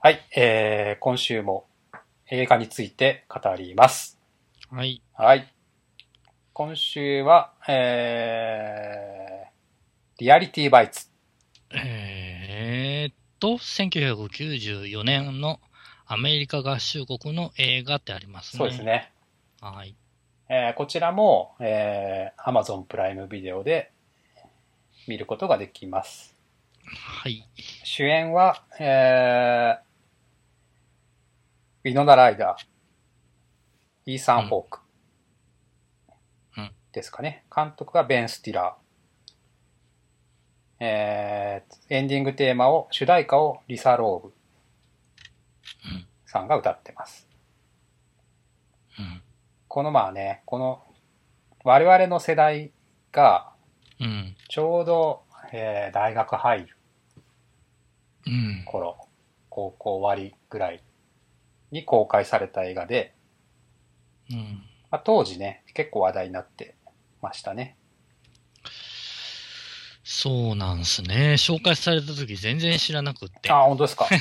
はい、今週も映画について語ります。 はい。 はい。今週は、リアリティバイツ。 1994年のアメリカ合衆国の映画ってありますね。 そうですね。 はい。 こちらも、Amazon プライムビデオで見ることができます。 はい。 主演は、ウィノナ・ライダー、イーサン・ホークうん。 ですかね。監督がベン・スティラー。エンディングテーマを、主題歌をリサ・ローブさんが歌ってます。 うん。 このまあね、この我々の世代がうん。 ちょうど、大学入るうん。 頃、高校終わりぐらいに公開された映画で、 うん。 まあ、当時ね、結構話題になってましたね。 そうなんすね。紹介された時全然知らなくって。 あ、本当ですか。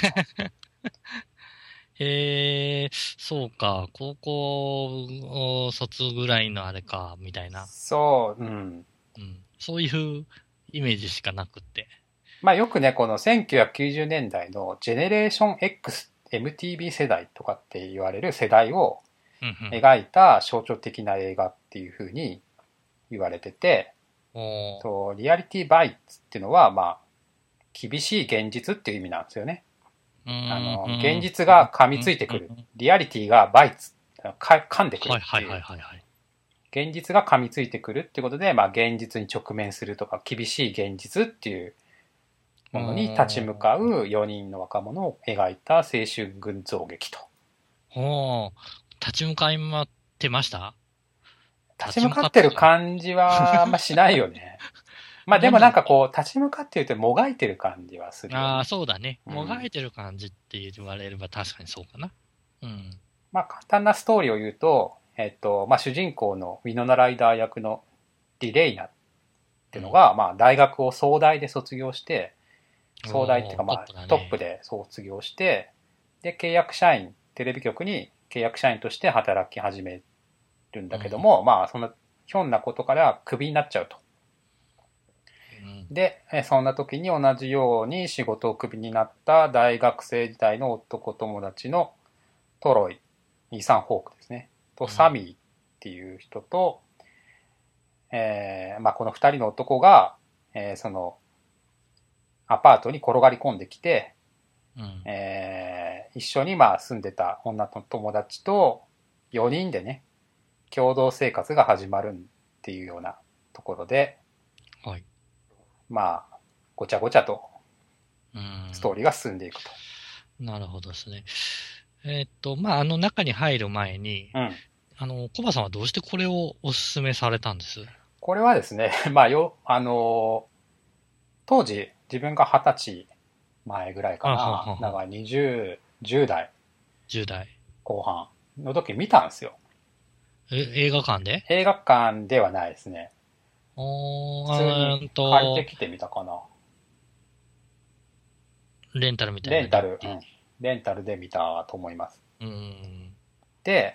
そうか。高校卒ぐらいのあれか、みたいな。 そう、うん。 うん。そういうイメージしかなくって。 まあよくね、この1990年代のジェネレーション X、MTV 世代とかって言われる世代をうん。 描いた象徴的な映画っていう風に言われてて、 うん。おー。 リアリティバイツっていうのは、まあ、厳しい現実っていう意味なんですよね。 うーん。うん。 現実が噛みうん。 ついてくる。 うん。 リアリティがバイツ、噛んでくるはいはいっていう。 はいはいはい。 現実が噛みついてくるってことで、まあ現実に直面するとか、厳しい現実っていううものに立ち向かーん。 う4人の若者を描いた青春群像劇と。 ほう。立ち向かいまってました？ 立ち立ち向向かってるかってた？ 感じはあんましないよね。まあでもなんどんどん、 かこう、立ち向かって言うともがいてる感じはするよああ、 ね。 そうだね。もがうん。 いてる感じって言われれば確かにそうかな。うん。 まあ簡単なストーリーを言うと、まあ主人公のウィノナライダー役のリレイナっていうのうん。 が、まあ大学を総大で卒業して、総大っていうかおー、トッまあトッププだね。 で卒業して、で、契約社員、テレビ局に契約社員として働き始めるんうん。 だけども、まあそんなひょんなことからクビになっちゃうと。 うん。 で、そんな時に同じように仕事をクビになった大学生時代の男友達のトロイ、イーサン・ホークですね。と、 うん。 サミーっていう人と、まあこの二人の男が、そのアパートに転がり込んできて、 うん。 一緒にまあ住んでた女の友達と4人でね、共同生活が始まるっていうようなところで、 はい。 まあ、ごちゃごちゃとうん。 ストーリーが進んでいくと。 なるほどですね。まあ、中に入る前に、 うん。 コバさんはどうしてこれをおすすめされたんです？ これはですね、まあ当時自分が20歳前ぐらいかあはな。 はは。 だから20、10代 10代。 後半の時見たんですよ。 映画館で？ 映画館ではないですね。普通に借りておー、 きてみたかな。 レンタルみたいなレンタル、う DVD。 ん。レンタルで見たと思います。 うん。 で、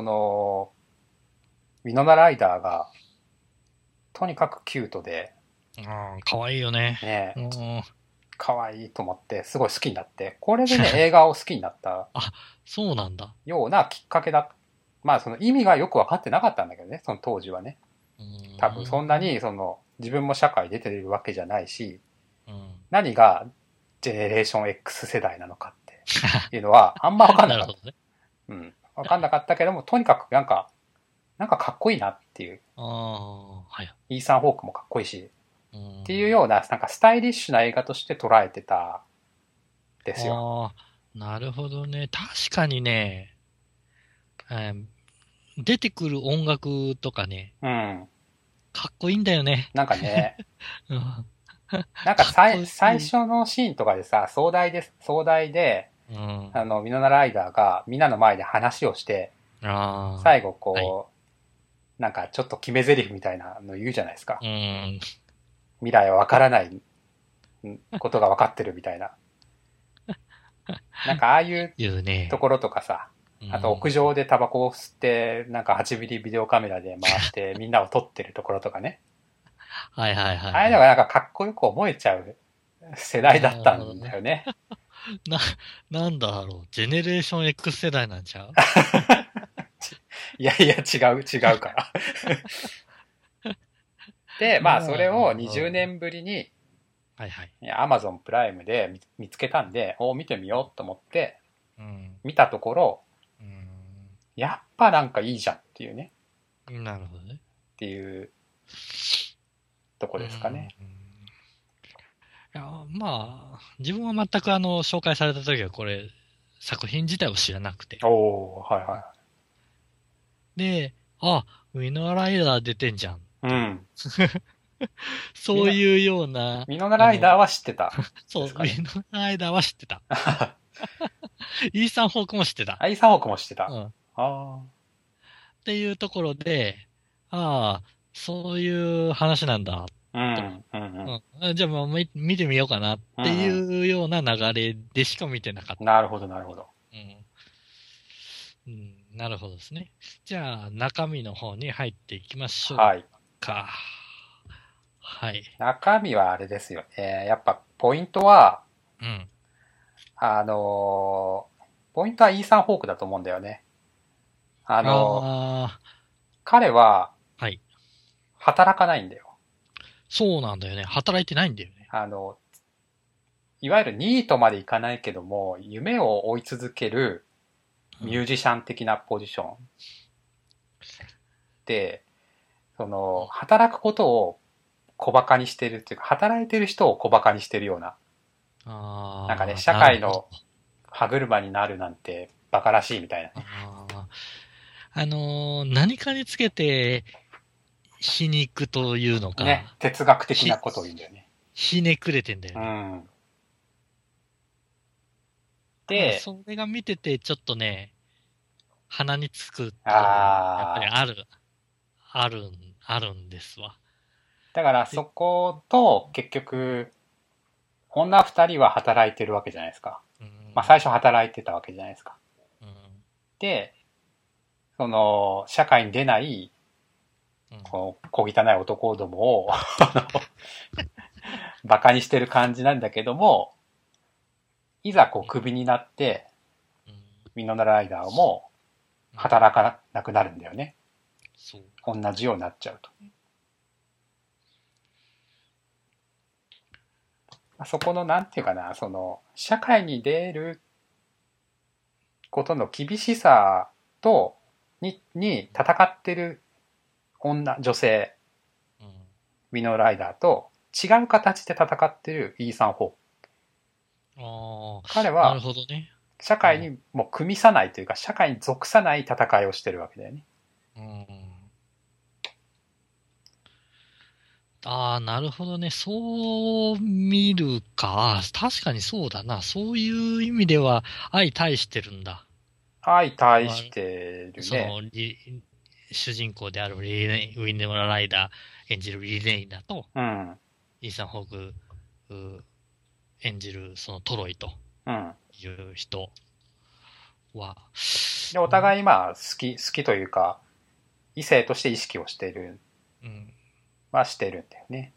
ウィノナライダーがとにかくキュートで、 ああ、かわいいよね。 ね、 うん。 可愛いと思って、すごい好きになって、これでね、映画を好きになったあ、そうなんだ。 ようなきっかけだ。まあ、その意味がよく分かってなかったんだけどね、その当時はね。 う多分そんなーん。 に、自分も社会出てるわけじゃないし、 うん。 何がジェネレーション X 世代なのかっていうのは、あんま分かんなかった。 なるほどね。 うん。分かんなかったけども、とにかくなんかかっこいいなっていう。 ああ、はい。 イーサン・ホークもかっこいいし、 うっていうん。 ような、なんかスタイリッシュな映画として捉えてたんですよ。 ああ、なるほどね。確かにね、えー出てくる音楽とかね、 うん。 かっこいいんだよね。 なんかね、 うん。 なんかかっこいい。 最初のシーンとかでさ、壮大で、 うん。 ミノナライダーがみんなの前で話をして、 あ最後あ、はい。 なんかちょっと決め台詞みたいなの言うじゃないですか。 うん。 未来はわからないことが分かってるみたいな。 なんかああいう言うね。 ところとかさ、あと屋上でタバコを吸って、なんか8ミリビデオカメラで回してみんなを撮ってるところとかね。 はいはいはいああいうのはい。 がなんかかっこよく思えちゃう世代だなったんるほどね。 だよね。 な、なんだろう。ジェネレーション X 世代なんちゃう？ いやいや、違うから。で、まあ、それを20年ぶりに、 はいはい。 Amazon プライムで見つけたんで、見てみようと思って、 うん。 見たところ、 うやっぱなんかいいじゃんっていうね、 ん。なるほどね。 っていうとこうん。 ですかね。 いや、まあ、自分は全く紹介された時はこれ、作品自体を知らなくて。 おー、はいはで、あ、ウィノアライダー出てんじゃんっい。うていう。 ん。 そういうような、 ミノナライダーは知ってたでそう、ウすかね。 ィノアライダーは知ってた。イーサン・ホークも知ってた。 アイサンホークも知ってた。 うん。っあていうところで、ああ、そういう話なんだ、 あ、うと。 ん、うん、うん、 じゃあ、まあ、見てみようかなっうん、 てうん。 いうような流れでしか見てなかった。 なるほど、なるほど。 うん。うん、なるほどですね。じゃあ、中身の方に入っていきましょうはい。 か。はい。 中身はあれですよね。やっぱ、ポイントは、 うん。 ポイントはイーサン・ホークだと思うんだよね。あのあ彼はあ、はい。 働かないんだよ。 そうなんだよね。働いてないんだよね。 あの、いわゆるニートまでいかないけども、夢を追い続けるうん。 ミュージシャン的なポジションで、働くことを小馬鹿にしてるっていうか、働いてる人を小馬鹿にしてるような、なんかね、 ああ、 社なるほど。 会の歯車になるなんて馬鹿らしいみたいなね。 あ何かにつけて皮肉というのね、 か、 哲学的なひ、 ことを言うんだよね。 ひねくれてんだよね。 うん。 まあ、 で、 それが見てて、ちょっとね、鼻につくところが、やっぱりあー、 あるんですわ。 だからで、 そこと結局、女二人は働いてるわけじゃないですか。 うん、 まあ最初働いてたわけじゃないですか。 うん、 で、社会に出ない、 うん。 小汚い男どもを馬鹿にしてる感じなんだけども、いざクビになって、 うん、 ミノナライダーもうん。 働かなくなるんだよね。 そう。 同じようになっちゃうと。そこの、なんていうかな、社会に出ることの厳しさに戦ってる女性、 うん。 ミノライダーと違う形で戦ってるイーサン・ホーク。 ああ、なる彼はほどね。 社うん。 会にもう組みさないというか、社会に属さない戦いをしてるわけだよね。 うん。ああ、なるほどね。そう見るか。確かにそうだな。そういう意味では相対してるんだ。 相対まあ、 してるね。 その、主人公であるウィンデムラライダー演じるリレイナと、 うん。 イーサン・ホーク演じるそのトロイとうん。 いう人は、 で、お互いまあ好きというか、異性として意識をしてる、 うん、 はしてるんだよね。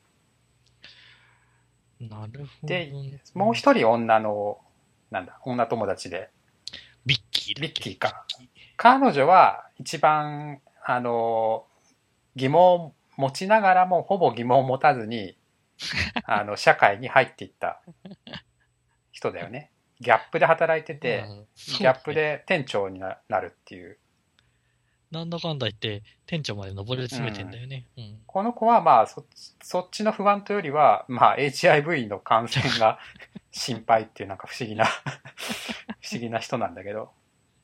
なるほで、 どね。 もう一人女友達で、 ビッキーだっビッキけ？ ーか。彼女は一番、疑問を持ちながらもほぼ疑問を持たずに、社会に入っていった人だよね。ギャップで働いてて、 まあ、 ギャップそうだね。 で店長になるっていう。 なんだかんだ言って、店長まで登り詰めてんうん。 だよね。うん。 この子はまあそっちの不安というよりは、まあ HIV の感染が心配っていうなんか不思議な不思議な人なんだけど。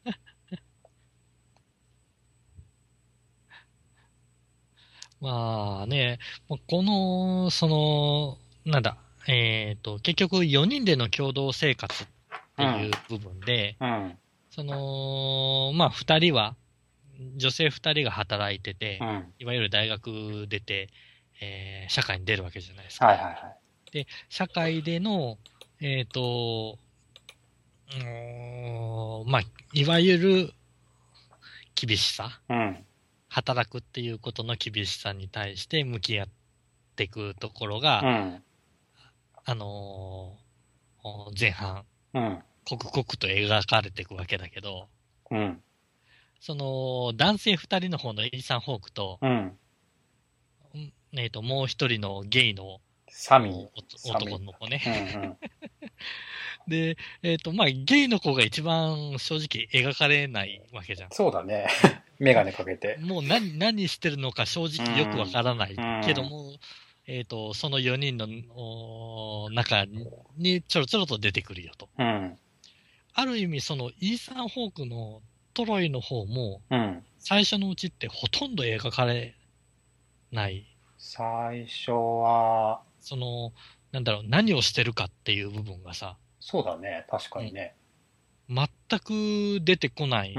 まあね、この、なんだ、結局4人での共同生活っていううん。 部分で、 うん。 まあ2人は、女性2人が働いてて、 うん。 いわゆる大学出て、社会に出るわけじゃないですか。 はいはいはい。 で、社会での、えっと、 まあ、いわゆる厳しさ、 うん。 働くっていうことの厳しさに対して向き合っていくところが、 うん。 あの前半、 うん。 刻々と描かれていくわけだけど、 うん。 その、男性二人の方のイーサン・ホークと、 うん。 もう一人のゲイのサミー。サミ男の子ね。 ー。うんうん。 で、まあ、ゲイの子が一番正直描かれないわけじゃん。 そうだね。メガネかけて。 もう何してるのか正う直よくわん。 からないうん。 けども、その4人の中にちょろちょろと出てくるよと。 うん。 ある意味、そのイーサン・ホークのトロイの方も、 うん。 最初のうちってほとんど描かれない。 最初は、 その、なんだろう、何をしてるかっていう部分がさ、 そうだね。確かうん、 にね。 全く出てこないうん。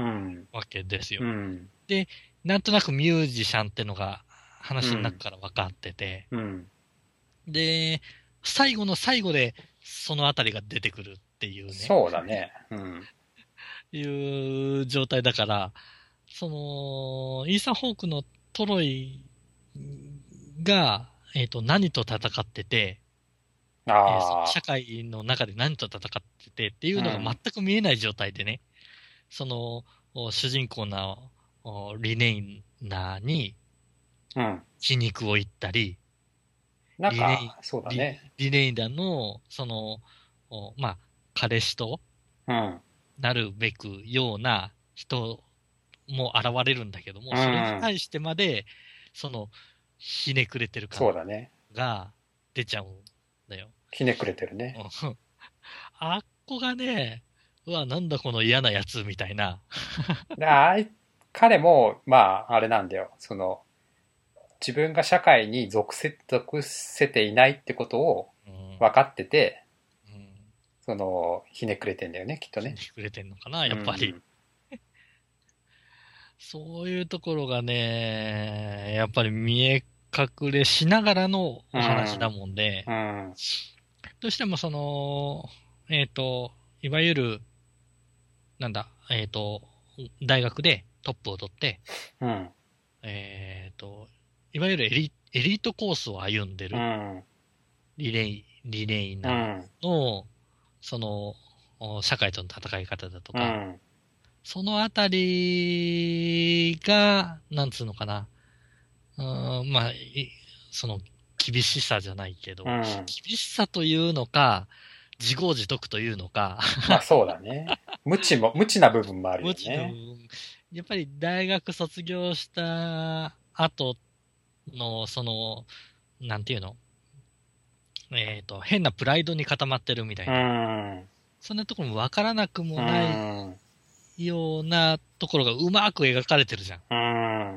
わけですよ。 うん。 で、なんとなくミュージシャンってのが話の中うん。 から分かってて、 うん。 で、最後の最後でそのあたりが出てくるっていうね、 そうだね。うん。 いう状態だから、その、イーサン・ホークのトロイが、何と戦ってて、その社ああ。 会の中で何と戦っててっていうのが全うん。 く見えない状態でね、その、主人公のリネイナーにうん。 皮肉を言ったり、 なんか、そうだね。 リネイナの、まあ、彼氏とうん。 なるべくような人も現れるんだけども、 うそれにん。 対してまで、その、ひねくれてる感そうだね。 が出ちゃうんだよ。 ひねくれてるね。 うん。あっこがね、うわ、なんだこの嫌なやつみたいな。 で、彼も、まあ、あれなんだよ。自分が社会に属せていないってことをうん。 分かってて、 うん。 ひねくれてんだよね、きっとね。 ひねくれてんのかな、 うやっぱり。 ん。 そういうところがね、やっぱり見え隠れしながらのうお話だん。 もんで、 うん。 どうしてもその、いわゆる、なんだ、大学でトップを取って、 うん。 えっと、いわゆるエリートコースを歩んでるうん。 リレイナうん。 ーの、その、社会との戦い方だとか、 うん。 そのあたりが、なんつうのかな、まあ、その、厳しさじゃないけど、 うん。 厳しさというのか、自業自得というのか、 まあそうだね。無知な部分もあるもちろよね。 ん、やっぱり大学卒業した後の、その、なんていうの変なプライドに固まってるみたういな。 ん。 そんなところもわからなくうもないん。 ようなところがうまく描かれてるじゃん。 うん。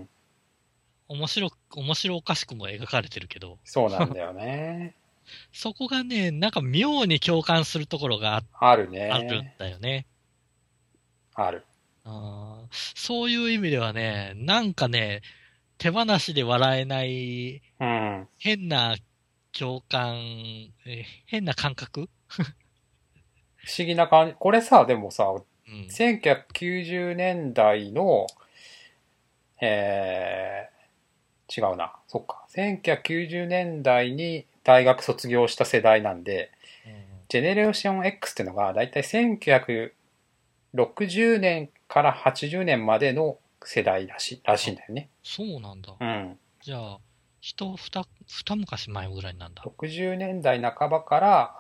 面白おかしくも描かれてるけど、 そうなんだよね。 そこがね、なんか妙に共感するところがあるあるんね。 だよね。 ある。 そういう意味ではね、なんかね、手放しで笑えないうん。 変な共感、変な感覚。 不思議な感じ。これさ、でもさ、 うん。 1990年代の、違うな。そっか。1990年代に大学卒業した世代なんで、 うん。 ジェネレーション X っていうのが、だいたい1960年から80年までの世代らしいあ、 んだよね。 そうなんだ。 うん。 じゃあ、二昔前ぐらいなんだ。 60年代半ばから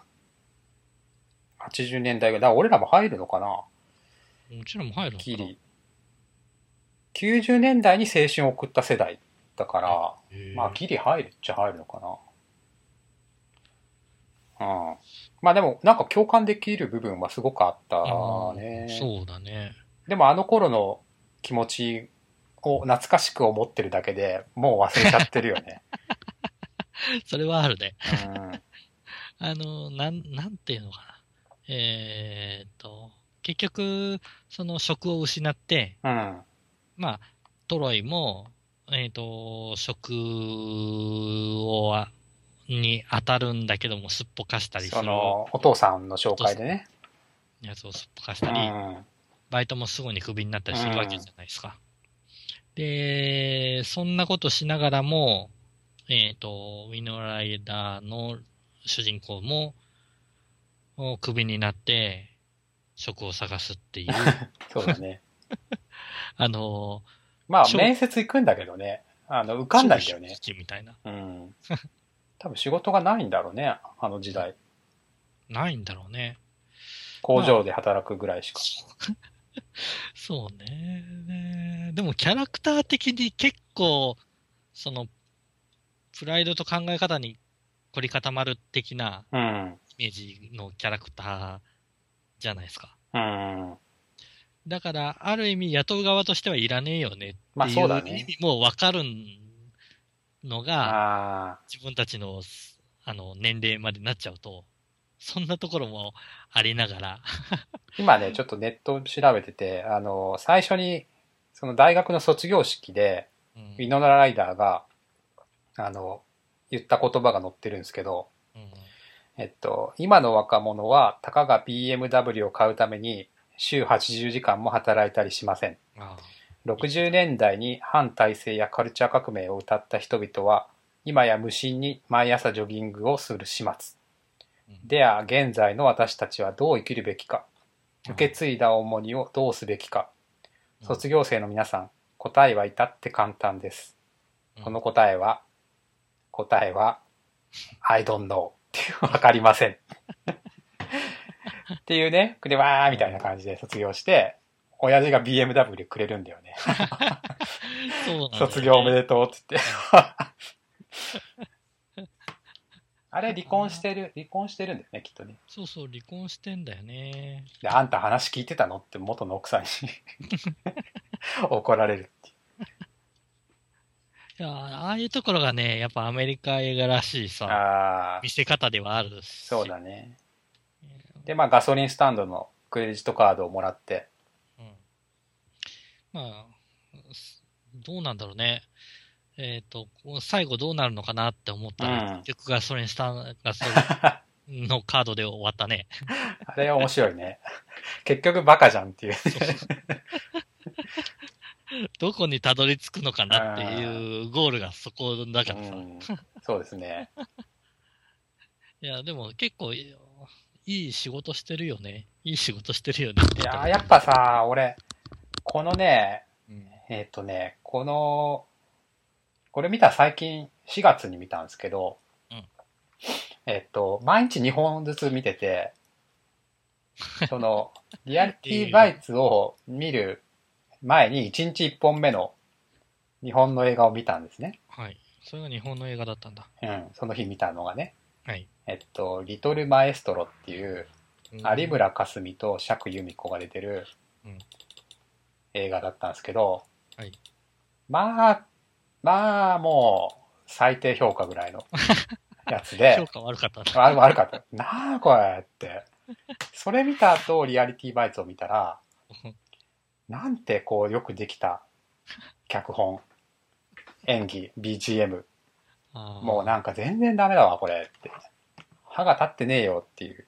80年代ぐらい。だから俺らも入るのかな。 うちらも入るのかな。 ギリ。90年代に青春を送った世代だかえ、 ら、まあえギリ入るっちゃ入るのかな。うん。まあでもなんか共感できる部分はすごくあったね。 そうだね。 でもあの頃の気持ちを懐かしく思ってるだけでもう忘れちゃってるよね。 それはあるね。 うん。 なんていうのかな。結局、その職を失って、 うん。 まあ、トロイも、職に当たるんだけども、すっぽかしたりするお父さんの紹お父さん。 介でね。 やつをすっぽかしたり、バイトもすぐにクビになったりするわけじゃないですか。で、そんなことしながらも、ウィノライダーの主人公も、クビになって、職を探すっていう。 そうだね。 まあ、面接行くんだけどね。受かんないんだよね。 みたいな。 うん。多分仕事がないんだろうね、あの時代。 ないんだろうね。 工場で働くぐらいしか。 そうね。でもキャラクター的に結構、プライドと考え方に凝り固まる的なイメージのキャラクターじゃないですか。だから、ある意味雇う側としてはいらねえよねっていう意味もわかるのが、自分たちの、年齢までなっちゃうと、そんなところもありながら。 今ね、ちょっとネット調べてて、最初に、その大学の卒業式で、ウィノナライダーが、言った言葉が載ってるんですけど、今の若者はたかが BMW を買うために週80時間も働いたりしません。60年代に反体制やカルチャー革命を謳った人々は今や無心に毎朝ジョギングをする始末。では現在の私たちはどう生きるべきか、受け継いだ重荷をどうすべきか。卒業生の皆さん、答えは至って簡単です。この答えは I don't know っていうわかりませんっていうね、でわーみたいな感じで卒業して、親父が BMW くれるんだよね。 そうなんだよね。 卒業おめでとうって言って。あれ離婚してるんだよね、きっとね。 そうそう、離婚してんだよね。 で、あんた話聞いてたのって元の奥さんに怒られるっていう。 いや、ああいうところがね、やっぱアメリカ映画らしいさ、見せ方ではあるし。 そうだね。で、まあガソリンスタンドのクレジットカードをもらって。 まあ、どうなんだろうね。最後どうなるのかなって思ったら、結局ガソリンのカードで終わったね。 あれ面白いね。結局バカじゃんっていう。 どこにたどり着くのかなっていうゴールがそこだからさ。 そうですね。 いや、でも結構いい仕事してるよね。いい仕事してるよね。 いや、やっぱさ、俺、このね、これ見た最近4月に見たんですけど、毎日2本ずつ見てて、その、リアリティバイツを見る前に1日1本目の日本の映画を見たんですね。 はい。それが日本の映画だったんだ。 その日見たのがね。 はい。 リトルマエストロっていう、有村架純と釈由美子が出てる映画だったんですけど、 はい。 まあ、もう、最低評価ぐらいのやつで。 評価悪かったな。悪かった。なあ、これって。それ見た後、リアリティバイツを見たら、なんてこうよくできた脚本、演技、BGM。もうなんか全然ダメだわ、これって。歯が立ってねえよっていう。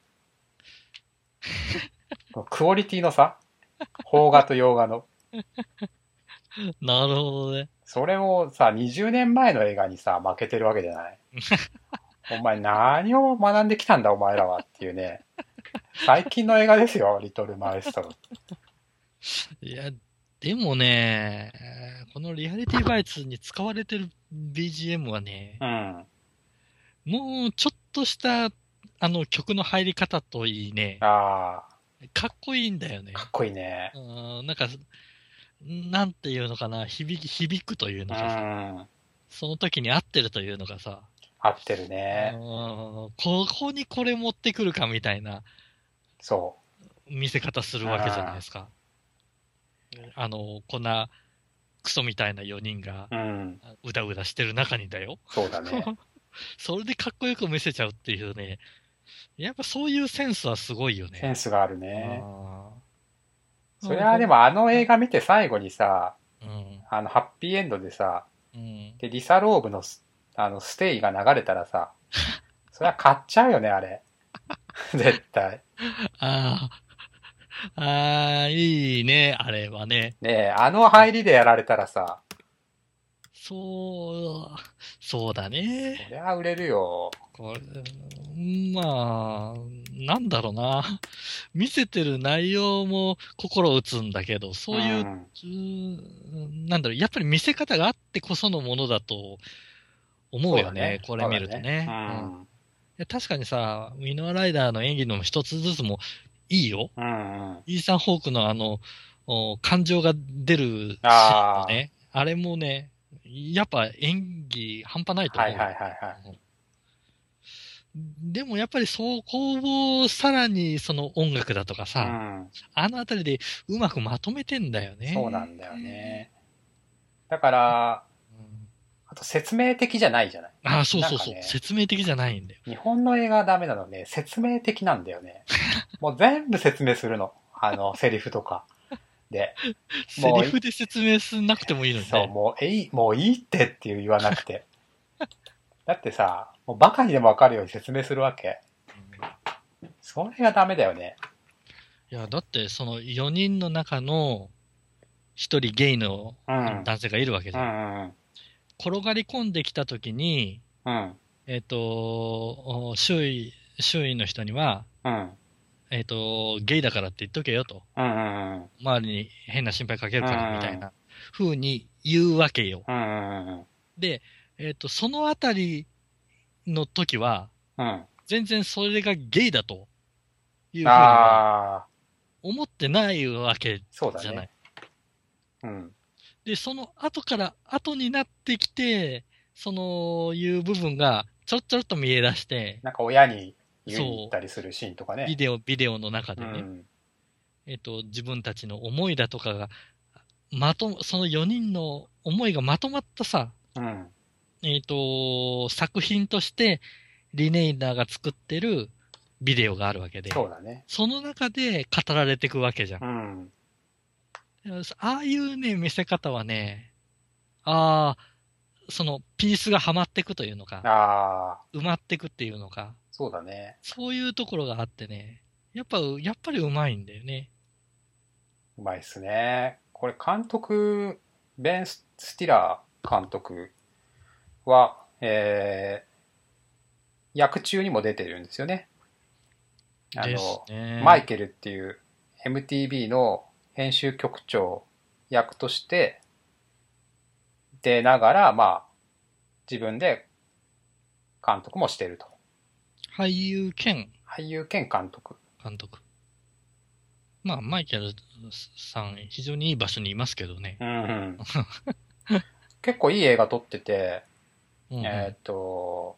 クオリティの差、邦画と洋画の。 なるほどね。 それをさ、20年前の映画にさ、負けてるわけじゃない。お前何を学んできたんだお前らはっていうね。最近の映画ですよ、リトルマエストロ。 いや、でもね、このリアリティバイツに使われてる BGM はね、もうちょっとした曲の入り方といいね、かっこいいんだよね。 かっこいいね。 なんか、なんていうのかな、響くというのかさ、その時に合ってるというのがさ、 合ってるね。 ここにこれ持ってくるかみたいな、 そう。 見せ方するわけじゃないですか。こんなクソみたいな4人が、うだうだしてる中にだよ。 そうだね。 それでかっこよく見せちゃうっていうね。やっぱそういうセンスはすごいよね。 センスがあるね。それはでもあの映画見て最後にさ、ハッピーエンドでさ、でリサローブのステイが流れたらさ、それは買っちゃうよね、あれ。絶対。 ああ、いいね、あれはね。 ねえ、あの入りでやられたらさ、 そう、そうだね。 そりゃ売れるよ。 これ、まあ、なんだろうな。見せてる内容も心打つんだけど、 うそういう、 ん。 なんだろう、やっぱり見せ方があってこそのものだと思うよね。 そうだね。 これ見るとそうだね。うね。うん。 ん。 で確かにさ、ミノアライダーの演技の一つずつもいいよ。 うんうん。 イーサン・ホークの感情が出るシーンのあね、あれもね、やっぱ演技半端ないあ、はいはと思うよ。 いはいはい。 うんでもやっぱりそこをさらにその音楽だとかさ、 うん。 あのあたりでうまくまとめてんだよそうなね。 んだよね。だから、 うん、 あと説明的じゃないじゃない。 あ、そうそうそう。 なんかね、 説明的じゃないんだよ。 日本の映画はダメなのね、説明的なんだよね。もう全部説明するの。セリフとか。で、もうい、 セリフで説明しなくてもいいのにそう、 ね。 もういいってっていう言わなくて。だってさ、もうバカにでもわかるように説明するわけ。 うんそれがダメだよね。 いや、だってその4人の中の一人ゲイのうん。 男性がいるわけうじゃん。 んうん転がり込んできたときに、 うん。 周囲の人には、 うん。 ゲイだからって言っとけよと。 うんうんうん。 周りに変な心配かけうんるから、みたうんいな風に言うわけよ。 うん。 で、そのあたりの時は、 うん。 全然それがゲイだという風にはああ、 思ってないわけじゃない。 そうだね。うん。 で、その後から後になってきて、いう部分がちょろちょろっと見え出して、 なんか親に言いに行っそう、 たりするシーンとかね。 ビデオの中でね、 うん。 自分たちの思いだとかが、その4人の思いがまとまったさ、 うん。 作品として、リネイナーが作ってるビデオがあるわけで、 そうだね。 その中で語られていくわけじゃん。 うん。 ああいうね、見せ方はね、ああ、ピースがはまっていくというのか、 ああ、 埋まっていくっていうのか、 そうだね。 そういうところがあってね、やっぱりうまいんだよね。 うまいっすね。これ監督、ベン・スティラー監督は、役中にも出てるんですよね。 ですマイね。 ケルっていう MTV の編集局長役として出ながら、まあ、自分で監督もしてると。 俳優兼俳優兼監督。 監督。まあ、マイケルさん、非常にいい場所にいますけどね。 うんうん。結構いい映画撮ってて、 うんうえっん。 と、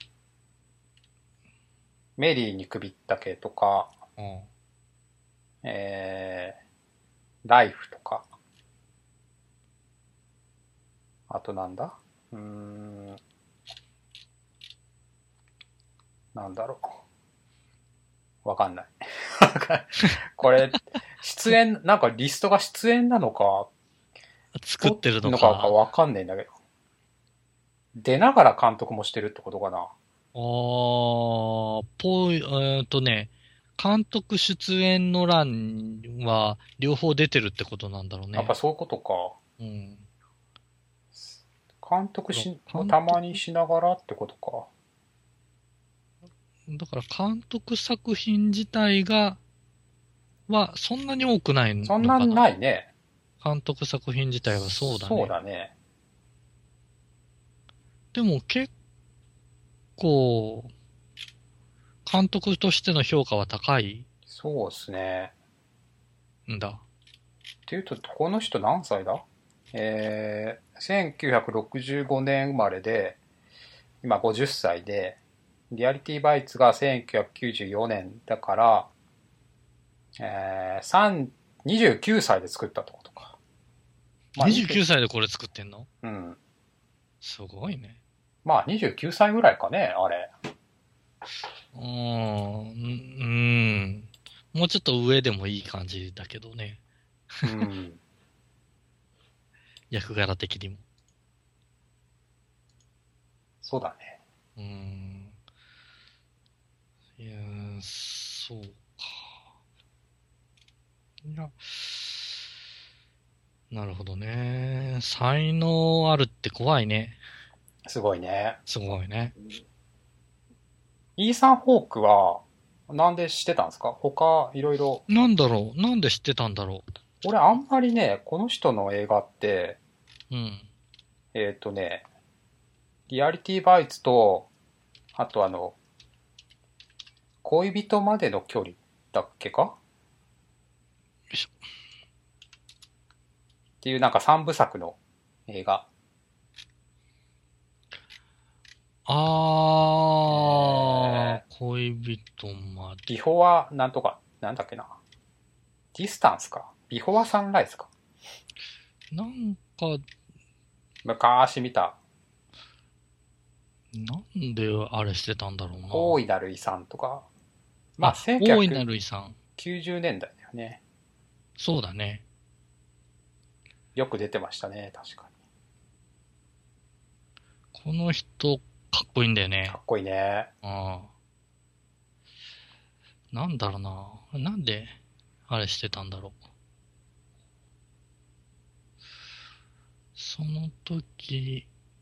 メリーに首ったけとか、 うんえライフとか、あとなんだなんだろう。わかんない。これ、出演、なんかリストが出演なのか、撮っ作ってるてんのかのか。 わかんないんだけど。出ながら監督もしてるってことかな。 監督出演の欄は両方出てるってことなんだろうね。 やっぱそういうことか。 うん。 監督だかもたまら監督、 にしながらってことか。 だから監督作品自体そんなに多くないそんなんのかな。 ないね。 監督作品自体はそうだそうね。 だね。 でも結構、監督としての評価は高いそうですね。 んだ。 っていうと、この人何歳だ1965年生まれで、今50歳で、リアリティバイツが1994年だから、29歳で作ったってことか。まあ 29 20、 歳でこれ作ってんの？ うん。 すごいね。 まあ29歳ぐらいかね、あれ。 もうちょっと上でもいい感じだけどね。 うん。 役柄的にも。 そうだね。 うーん。いやー、そうか。 や、なるほどね。才能あるって怖いね。 すごいね。 すごいね。 イーサン・ホークは、なんで知ってたんですか？他、いろいろ。 なんだろう、なんで知ってたんだろ俺あんまりね、この人の映画って、 う。うん。 えっ、とね、リアリティバイツと、あと恋人までの距離だっけかっよいしょ。 ていうなんか三部作の映画。 あー、恋人まで。 ビフォアなんとか、なんだっけな。ディスタンスか。ビフォアサンライズか。 なんか、 昔見た。 なんであれしてたんだろうな。 大いなる遺産とか。まあ、 大いなる遺産。 1990年代だよね。 そうだね。 よく出てましたね、確かこの人、かっこいいんだよに。かね。 っこいいね。 ああ。なんだろうな。なんで、あれしてたんだろう。その時、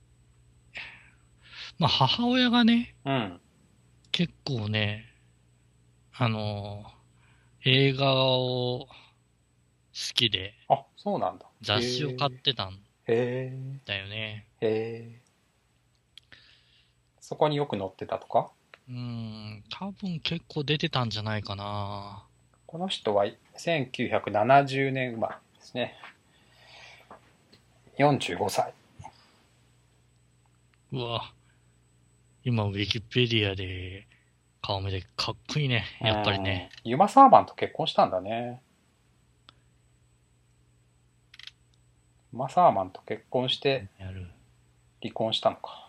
まあ母親がね、 うん。 結構ね、あの、映画を好きであ、そうなんだ。へ雑誌を買っえ。 てたんへだよね。 え。へえ。そこによく載ってたとか？ 多分結構出てたんじゃないかな。 この人は1970年生まれですね。45歳。 うわ、今ウィキペディアで顔見てかっこいいね。 うやっぱりん。 ね。 ユマ・サーマンと結婚したんだね。ユマ・サーマンと結婚してやる。 離婚したのか。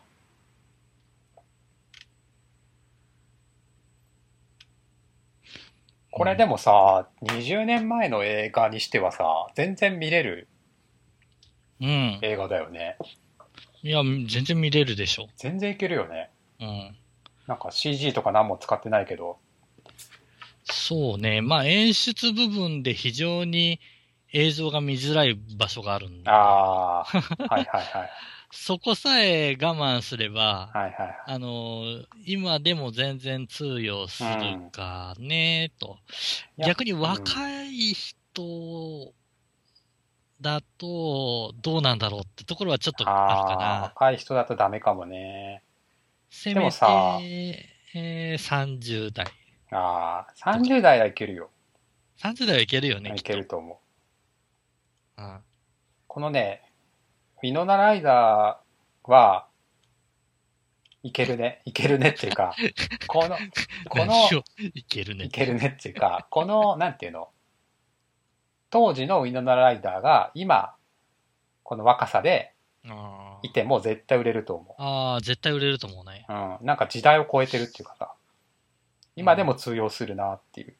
これでもさ、20年前の映画にしてはさ、全然見れるうん。 映画だよね。 いや、全然見れるでしょ。 全然いけるよね。 うん。 なんか CG とか何も使ってないけど。 そうね。まあ演出部分で非常に映像が見づらい場所があるんあで、 あ、はいはいはい。 そこさえ我慢すれば、 はいはい今でも全然通用すはい。うるん。 かね、と。 いや、 逆にうん。 若い人だと、どうなんだろうってところはちょっとあるかああ、 な。 若い人だとダメかもね。でもせめさ、 て、30代。 ああ、 とか。 30代はいけるよ。 30代はいけるよね、 いきっと。 けると思う。 うん。 このね、ウィノナライダーはいけるね。いけるねっていうか、この、こ何の、 をいけるねって。 いけるねっていうか、この、なんていうの、当時のウィノナライダーが今、この若さでいても絶対売れると思ああ、絶対売れると思うね。 う。うん。なんか時代を超えてるっていうかさ、 うん。 今でも通用するなっていう。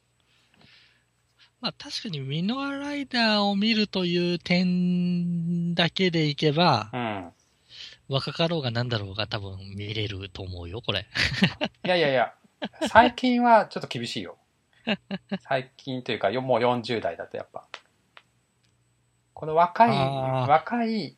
まあ確かにミノアライダーを見るという点だけでいけば、 うん。 若かろうがなんだろうが多分見れると思うよ、これ。 いやいやいや、最近はちょっと厳しいよ。最近というか、もう40代だとやっぱ。このああ、 若い、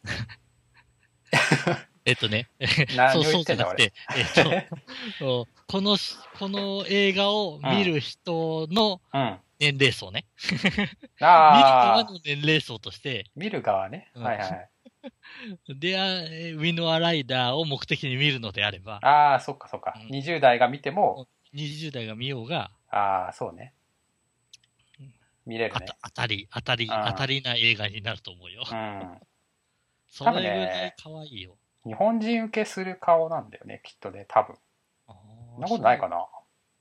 ね。 何を言そってんだ俺。 うじゃなくて、この映画をうん。 見る人のうん。 年齢層ね。見る側ああ、 の年齢層として、 見る側ね。 うん。 はいはい。 ウィノアライダーを目的に見るのであれば、 ああ、そっかそっか。 うん、 20代が見ても、 20代が見ようが、 ああ、そうね。見れるね。 当たりな映画になると思うよ。 うん。うん。 そ多分れぐらいね、 可愛いよ。 日本人受けする顔なんだよね、きっとね、多分。 あそんあ、 なことないかな。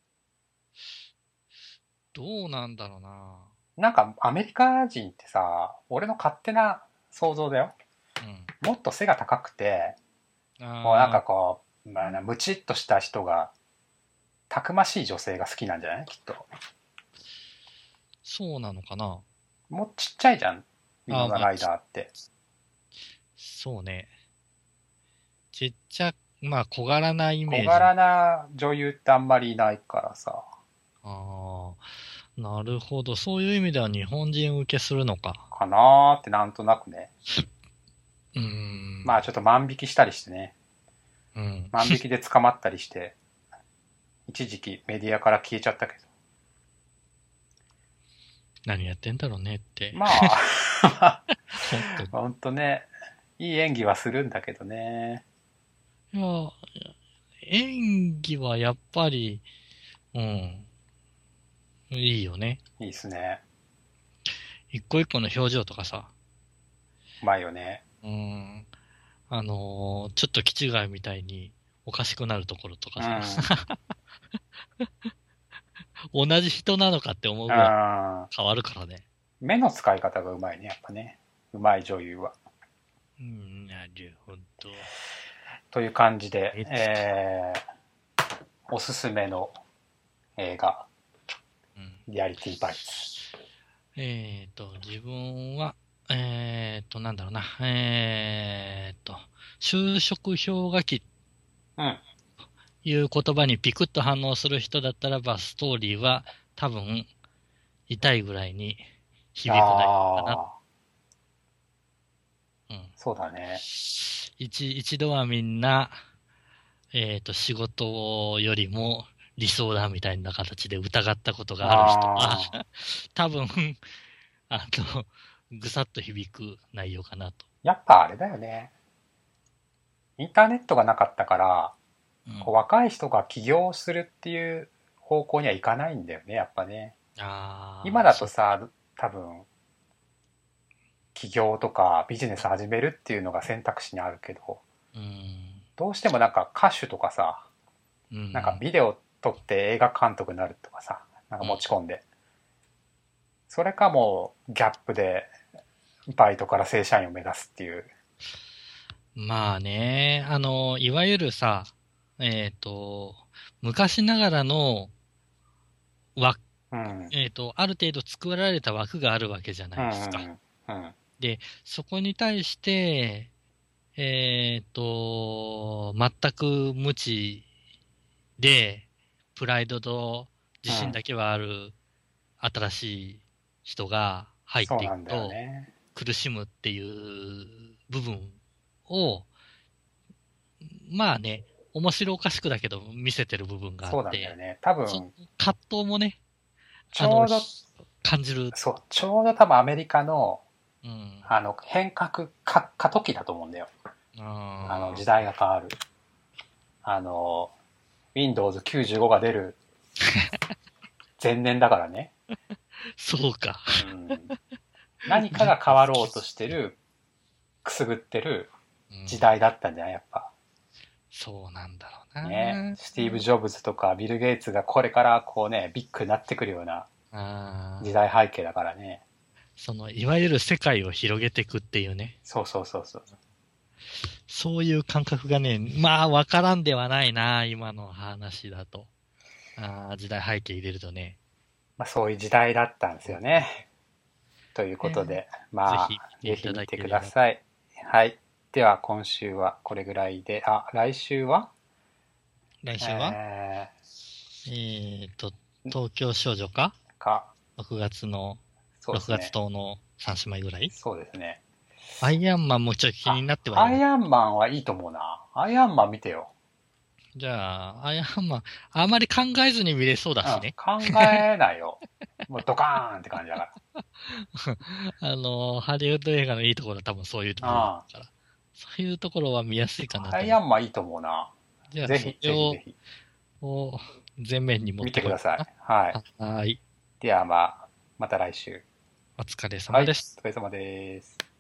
どうなんだろうな。 なんかアメリカ人ってさ、俺の勝手な想像だよ。 うん。 もっと背が高くて、こうなんああ、 かこう、まあ、ムチっとした人が、たくましい女性が好きなんじゃないきっと。 そうなのかな。 もうちっちゃいじゃん。ミああ、 ノナライダーって。 そうね。ちっちゃ、まあ小柄なイ小メージ。 柄な女優ってあんまりいないからさ。 ああ、 なるほど。そういう意味では日本人受けするのか。 かなーってなんとなくね。 うーん。 まあちょっと万引きしたりしてね。 うん。 万引きで捕まったりして、一時期メディアから消えちゃったけど。 何やってんだろうねって。 まあ、 本当に。 ほんとね、いい演技はするんだけどね。 いや、演技はやっぱり、うん、いいよね。 いいっすね。 一個一個の表情とかさ、 うまいよね。 うん、ちょっと気違いみたいにおかしくなるところとかさ、 うん。 同じ人なのかって思ううぐらいん。 変わるからね。 目の使い方がうまいね、やっぱね。うまい女優は。 うん、なるほど。 という感じで、 えつか。 おすすめの映画、 うん。 リアリティバイツ。 自分は、なんだろうな。就職氷河期うん。 いう言葉にピクッと反応する人だったらば、ストーリーは多分痛いぐらいに響く内容かな。 ああ、 うん。 そうだね。 一度はみんな、仕事よりも理想だみたいな形で疑ったことがある人は、 ああ、 多分、あぐさっと響く内容かなと。 やっぱあれだよね。インターネットがなかったから、 うん。 こう若い人が起業するっていう方向にはいかないんだよね、やっぱね。今ああ、 だとさ、多分、起業とかビジネス始めるっていうのが選択肢にあるけど、 うん。 どうしてもなんか歌手とかさ、 うん。 なんかビデオ撮って映画監督になるとかさ、なんかうん。 持ち込んで。それかもうギャップでバイトから正社員を目指すっていう。 まあね、いわゆるさ、えっと、昔ながらの枠、 うん。 ある程度作られた枠があるわけじゃなういですか。 んうん。 で、そこに対して、全く無知で、プライドとうん。 自信だけはある新しい人が入っていそうなんだよくと、 ね。 苦しむっていう部分を、まあね、面白おかしくだけど見せてる部分があっそうなんだよて、 ね。多そ分、 葛藤もね、 ちょうど、 感じる。 そう、ちょうど多分アメリカの、 うん。 変革過渡期だと思うんだよ。時ああ、 代が変わる。あの、Windows 95が出る前年だからね。 そうか。 うん。何かが変わろうとしてる、くすぐってるうん、 時代だったんじゃないやっぱ。 そうなんだろうね。 な。 スティーブ・ジョブズとかビル・ゲイツがこれからこうね、ビッグになってくるようなああ、 時代背景だからね。 いわゆる世界を広げていくっていうね。 そうそうそうそう。 そういう感覚がね、まあ、わからんではないな、今の話だと。ああ、時代背景入れるとね。 まあそういう時代だったんですよね。ということで、 ぜひまあ、ぜ見ていただひ見てくければと。 ださい。はい。では今週はこれぐらいで、来週は来週はええっと、 ー、 東京少女かか、 ?6 月の、6月そうですね。 島の3姉妹ぐらいそうですね。 アイアンマンもちょっと気になってはいる。 アイアンマンはいいと思うな。アイアンマン見てよ。 じゃあ、アイアンマン、あまり考えずに見れそうだうん。 しね。 考えないよ。もうドカーンって感じだかハリウッド映画のいいところは多分そういう部分だら。 から。そういうところは見やすいかうん。アなと思う。 イアンマンいいと思うな。 じゃあ、そぜひ、 れを、 ぜひぜひ。 前面に持っ見てこよてください。 うかはい。 な。はーい。 ではまあ、また来週。 お疲れはい。 様です。 お疲れ様です。